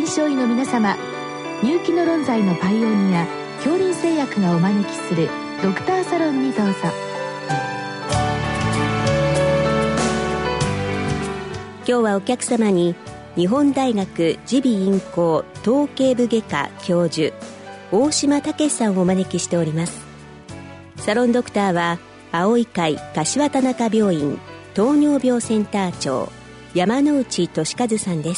臨床医の皆様、入気の論剤のパイオニア恐林製薬がお招きするドクターサロンにどうぞ。 今日はお客様に日本大学耳鼻咽喉頭頸部外科教授大島武さんをお招きしております。サロンドクターは青い会柏田中病院糖尿病センター長山内俊一さんです。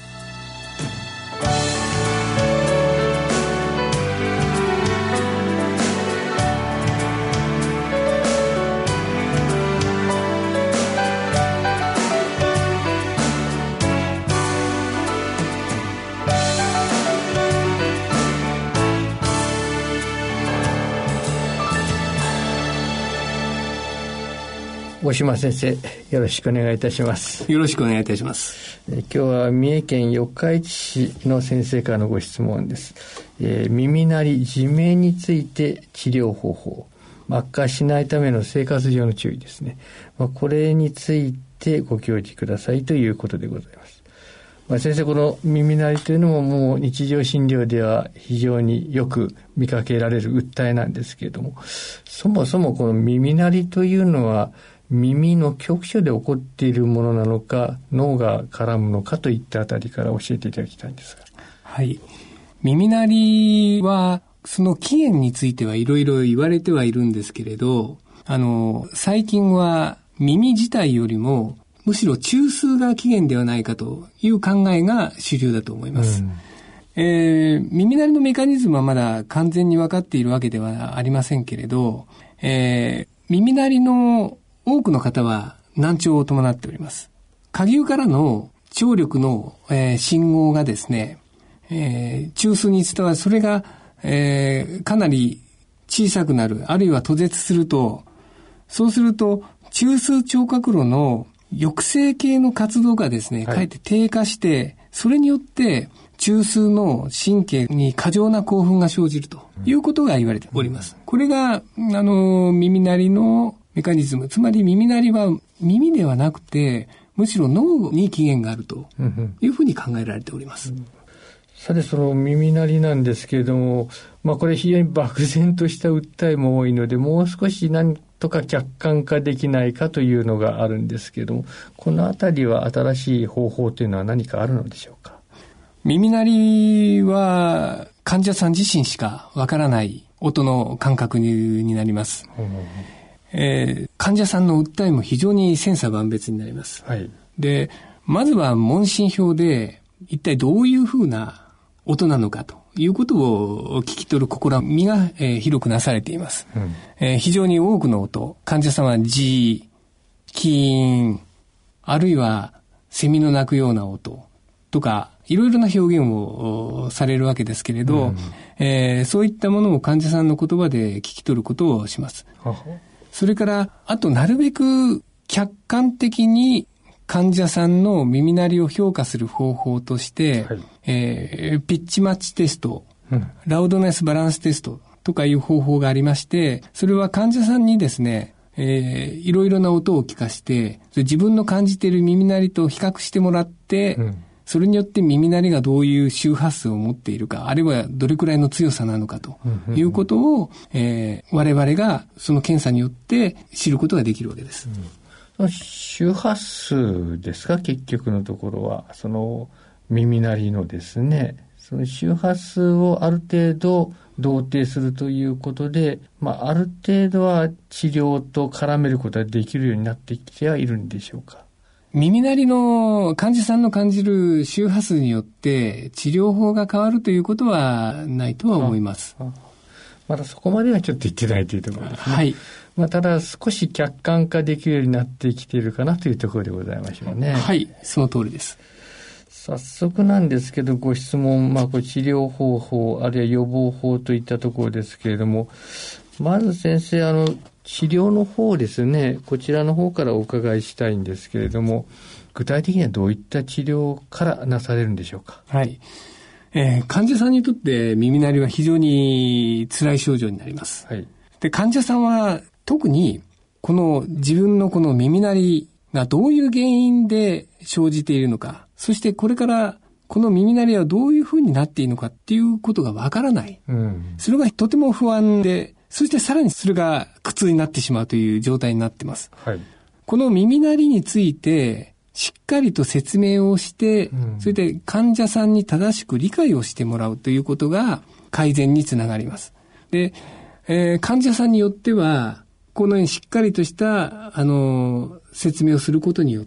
大島先生、よろしくお願いいたします。 よろしくお願いいたします。 今日は三重県四日市市の先生からのご質問です。耳鳴り自鳴について治療方法、悪化しないための生活上の注意ですね。これについてご教示くださいということでございます。先生、この耳鳴りというのももう日常診療では非常によく見かけられる訴えなんですけれども、そもそもこの耳鳴りというのは耳の局所で起こっているものなのか、脳が絡むのかといったあたりから教えていただきたいんですが。 はい。耳鳴りは、その起源についてはいろいろ言われてはいるんですけれど、最近は耳自体よりも、むしろ中枢が起源ではないかという考えが主流だと思います。耳鳴りのメカニズムはまだ完全に分かっているわけではありませんけれど、耳鳴りの多くの方は難聴を伴っております。蝸牛からの聴力の、信号がですね、中枢に伝わる、それが、かなり小さくなる、あるいは途絶すると、そうすると中枢聴覚路の抑制系の活動がですね、かえって低下して、それによって中枢の神経に過剰な興奮が生じるということが言われております。これが耳鳴りのメカニズム、つまり耳鳴りは耳ではなくて、むしろ脳に起源があるというふうに考えられております。 さて、その耳鳴りなんですけれども、これ非常に漠然とした訴えも多いので、もう少し何とか客観化できないかというのがあるんですけれども、このあたりは新しい方法というのは何かあるのでしょうか。 耳鳴りは患者さん自身しかわからない音の感覚になります。患者さんの訴えも非常に千差万別になります。 はい。 で、まずは問診票で一体どういうふうな音なのかということを聞き取る試みが、広くなされています。非常に多くの音、患者さんはジー、キーン、あるいはセミの鳴くような音とか、いろいろな表現をされるわけですけれど、そういったものを患者さんの言葉で聞き取ることをします。それから、あとなるべく客観的に患者さんの耳鳴りを評価する方法として、ピッチマッチテスト、ラウドネスバランステストとかいう方法がありまして、それは患者さんにですね、いろいろな音を聞かして、自分の感じている耳鳴りと比較してもらって、それによって耳鳴りがどういう周波数を持っているか、あるいはどれくらいの強さなのかということを、我々がその検査によって知ることができるわけです。 周波数ですか、結局のところは。その耳鳴りのですね、その周波数をある程度同定するということで、ある程度は治療と絡めることができるようになってきてはいるんでしょうか。 耳鳴りの患者さんの感じる周波数によって治療法が変わるということはないとは思います。 まだそこまではちょっと言ってないというところですね。 はい。 ただ少し客観化できるようになってきているかなというところでございましょうね。 はい、その通りです。 早速なんですけど、ご質問、これ治療方法、あるいは予防法といったところですけれども、まず先生、治療の方ですね、こちらの方からお伺いしたいんですけれども、具体的にはどういった治療からなされるんでしょうか。 はい。患者さんにとって耳鳴りは非常に辛い症状になります。 はい。 で、患者さんは特にこの自分のこの耳鳴りがどういう原因で生じているのか、そしてこれからこの耳鳴りはどういうふうになっているのかっていうことがわからない。それがとても不安で、そしてさらにそれが苦痛になってしまうという状態になっています。 はい。 この耳鳴りについて、しっかりと説明をして、それで患者さんに正しく理解をしてもらうということが改善につながります。で、患者さんによっては、このようにしっかりとした、説明をすることによって、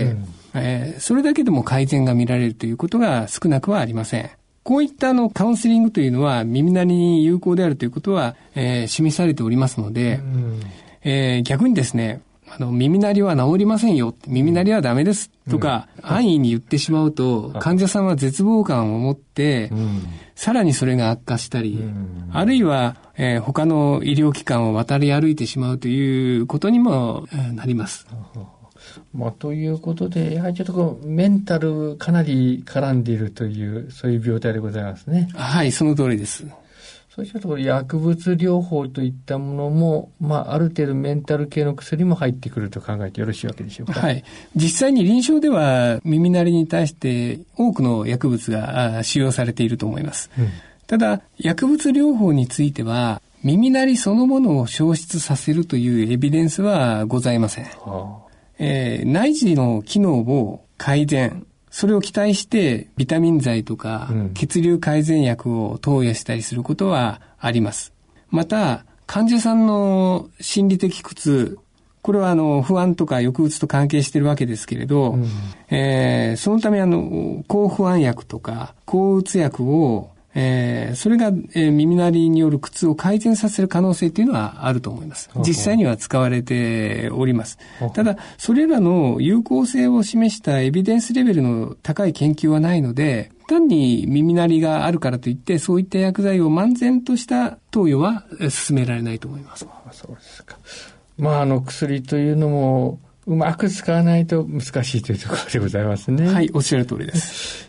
それだけでも改善が見られるということが少なくはありません。こういったカウンセリングというのは耳鳴りに有効であるということは、示されておりますので、逆にですね、耳鳴りは治りませんよ、耳鳴りはダメですとか、安易に言ってしまうと、患者さんは絶望感を持って、さらにそれが悪化したり、あるいは、他の医療機関を渡り歩いてしまうということにもなります。 ということで、やはりちょっとメンタルかなり絡んでいるという、そういう病態でございますね。 はい、その通りです。 そうしたところ、薬物療法といったものも、ある程度メンタル系の薬も入ってくると考えてよろしいわけでしょうか。 はい。実際に臨床では耳鳴りに対して多くの薬物が使用されていると思います。ただ、薬物療法については、耳鳴りそのものを消失させるというエビデンスはございません。内耳の機能を改善、それを期待してビタミン剤とか血流改善薬を投与したりすることはあります。また、患者さんの心理的苦痛、これは不安とか抑うつと関係しているわけですけれど、そのため抗不安薬とか抗うつ薬をそれが耳鳴りによる苦痛を改善させる可能性というのはあると思います。実際には使われております。ただ、それらの有効性を示したエビデンスレベルの高い研究はないので、単に耳鳴りがあるからといって、そういった薬剤を漫然とした投与は進められないと思います。 そうですか。薬というのも、うまく使わないと難しいというところでございますね。 はい、おっしゃる通りです。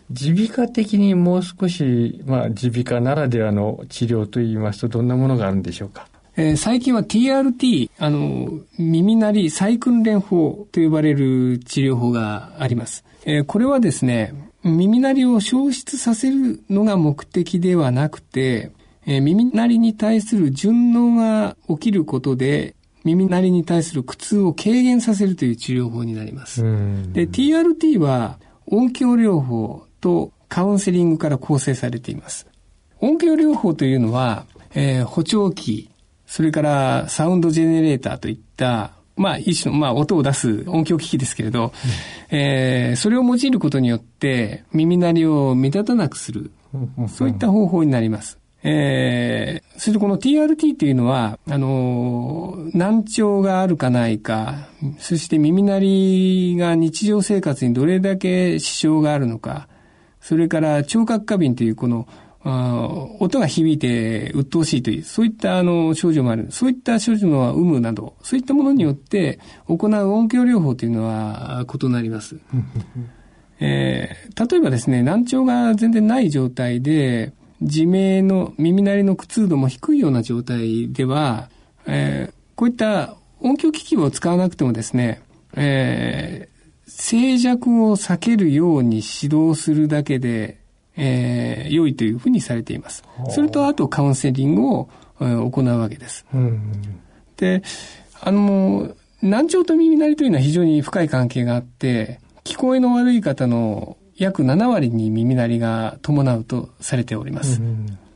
耳鼻科的にもう少し、耳鼻科ならではの治療といいますと、どんなものがあるんでしょうか。 最近は TRT、耳鳴り再訓練法と呼ばれる治療法があります。これはですね、耳鳴りを消失させるのが目的ではなくて、耳鳴りに対する順応が起きることで、耳鳴りに対する苦痛を軽減させるという治療法になります。で、TRT は音響療法とカウンセリングから構成されています。音響療法というのは、補聴器、それからサウンドジェネレーターといった、一種の、音を出す音響機器ですけれど、それを用いることによって耳鳴りを目立たなくする、そういった方法になります。それでこの TRT というのは、難聴があるかないか、そして耳鳴りが日常生活にどれだけ支障があるのか、それから聴覚過敏というこの、音が響いて鬱陶しいという、そういった症状もある。そういった症状の有無など、そういったものによって行う音響療法というのは異なります。例えばですね、難聴が全然ない状態で、自鳴の耳鳴りの苦痛度も低いような状態では、こういった音響機器を使わなくてもですね、静寂を避けるように指導するだけで、良いというふうにされています。それとあとカウンセリングを行うわけです。で、難聴と耳鳴りというのは非常に深い関係があって、聞こえの悪い方の約7割に耳鳴りが伴うとされております。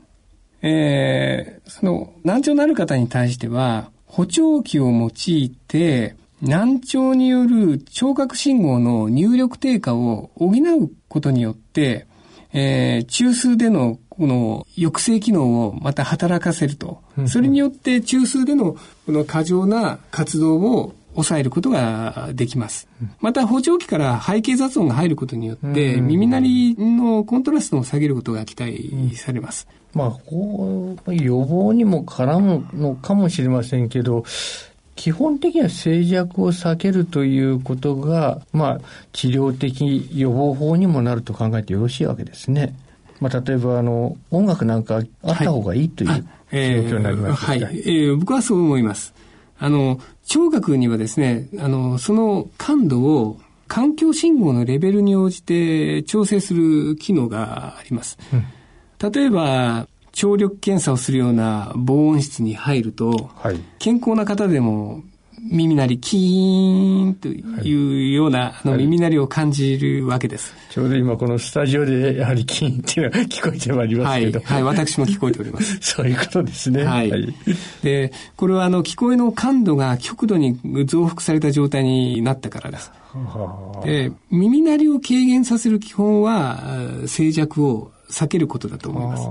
その難聴のある方に対しては、補聴器を用いて、難聴による聴覚信号の入力低下を補うことによって、中枢でのこの抑制機能をまた働かせると。それによって中枢でのこの過剰な活動を抑えることができます。また補聴器から背景雑音が入ることによって耳鳴りのコントラストを下げることが期待されます。 こう予防にも絡むのかもしれませんけど、基本的には静寂を避けるということが、治療的予防法にもなると考えてよろしいわけですね。例えば音楽なんかあった方がいいという状況になりますか。 僕はそう思います。聴覚にはですね、その感度を環境信号のレベルに応じて調整する機能があります。例えば、聴力検査をするような防音室に入ると、健康な方でも耳鳴りキーンというような、耳鳴りを感じるわけです。 ちょうど今このスタジオでやはりキーンっていうのが聞こえてまいりますけど。 私も聞こえております。 そういうことですね。 で、これは聞こえの感度が極度に増幅された状態になったからです。で、耳鳴りを軽減させる基本は静寂を避けることだと思います。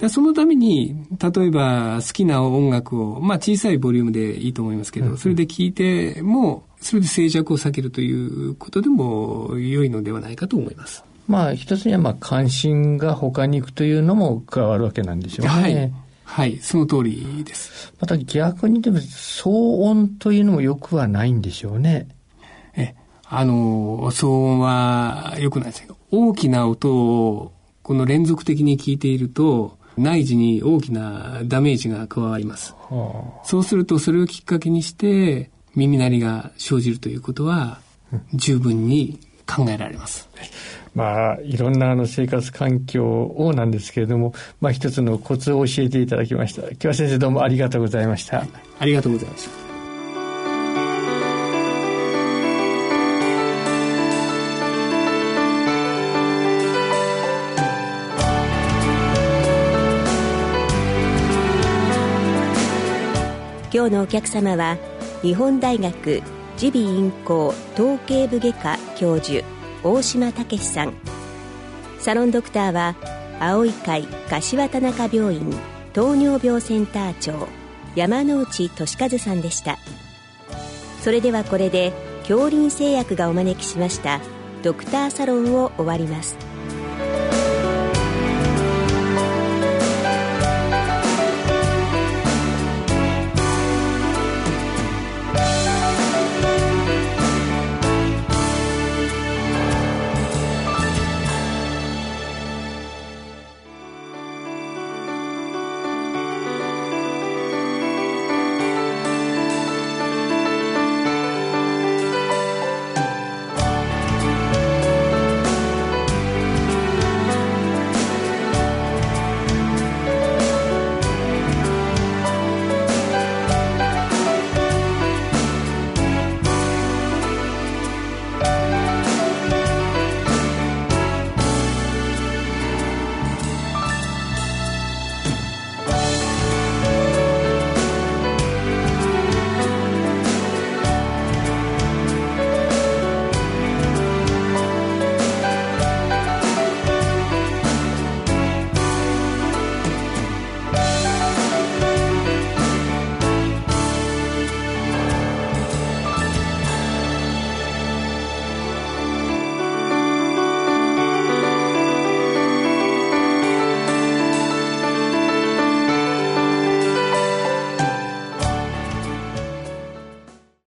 でそのために、例えば好きな音楽を、小さいボリュームでいいと思いますけど、それで聴いても、それで静寂を避けるということでも良いのではないかと思います。 一つには関心が他に行くというのも加わるわけなんでしょうね。 その通りです。 また逆にでも騒音というのも良くはないんでしょうね。 騒音は良くないですけど、大きな音をこの連続的に聞いていると内耳に大きなダメージが加わります。そうするとそれをきっかけにして耳鳴りが生じるということは十分に考えられます。 いろんな生活環境をなんですけれども、一つのコツを教えていただきました。今日は先生どうもありがとうございました。 ありがとうございました。 今日のお客様は日本大学耳鼻咽喉頭頸部外科教授大島武さん。サロンドクターは青い会柏田中病院糖尿病センター長山内俊一さんでした。それではこれで杏林製薬がお招きしましたドクターサロンを終わります。